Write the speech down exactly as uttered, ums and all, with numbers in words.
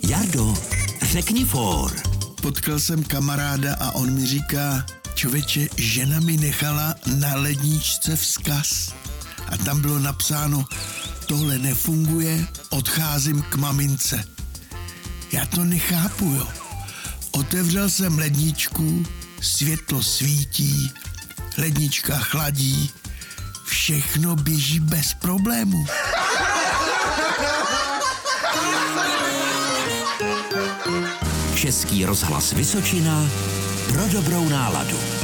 Jardo, řekni for. Potkal jsem kamaráda a on mi říká, člověče, žena mi nechala na ledničce vzkaz. A tam bylo napsáno, tohle nefunguje, odcházím k mamince. Já to nechápu, jo. Otevřel jsem ledničku, světlo svítí, lednička chladí, všechno běží bez problému. Český rozhlas Vysočina pro dobrou náladu.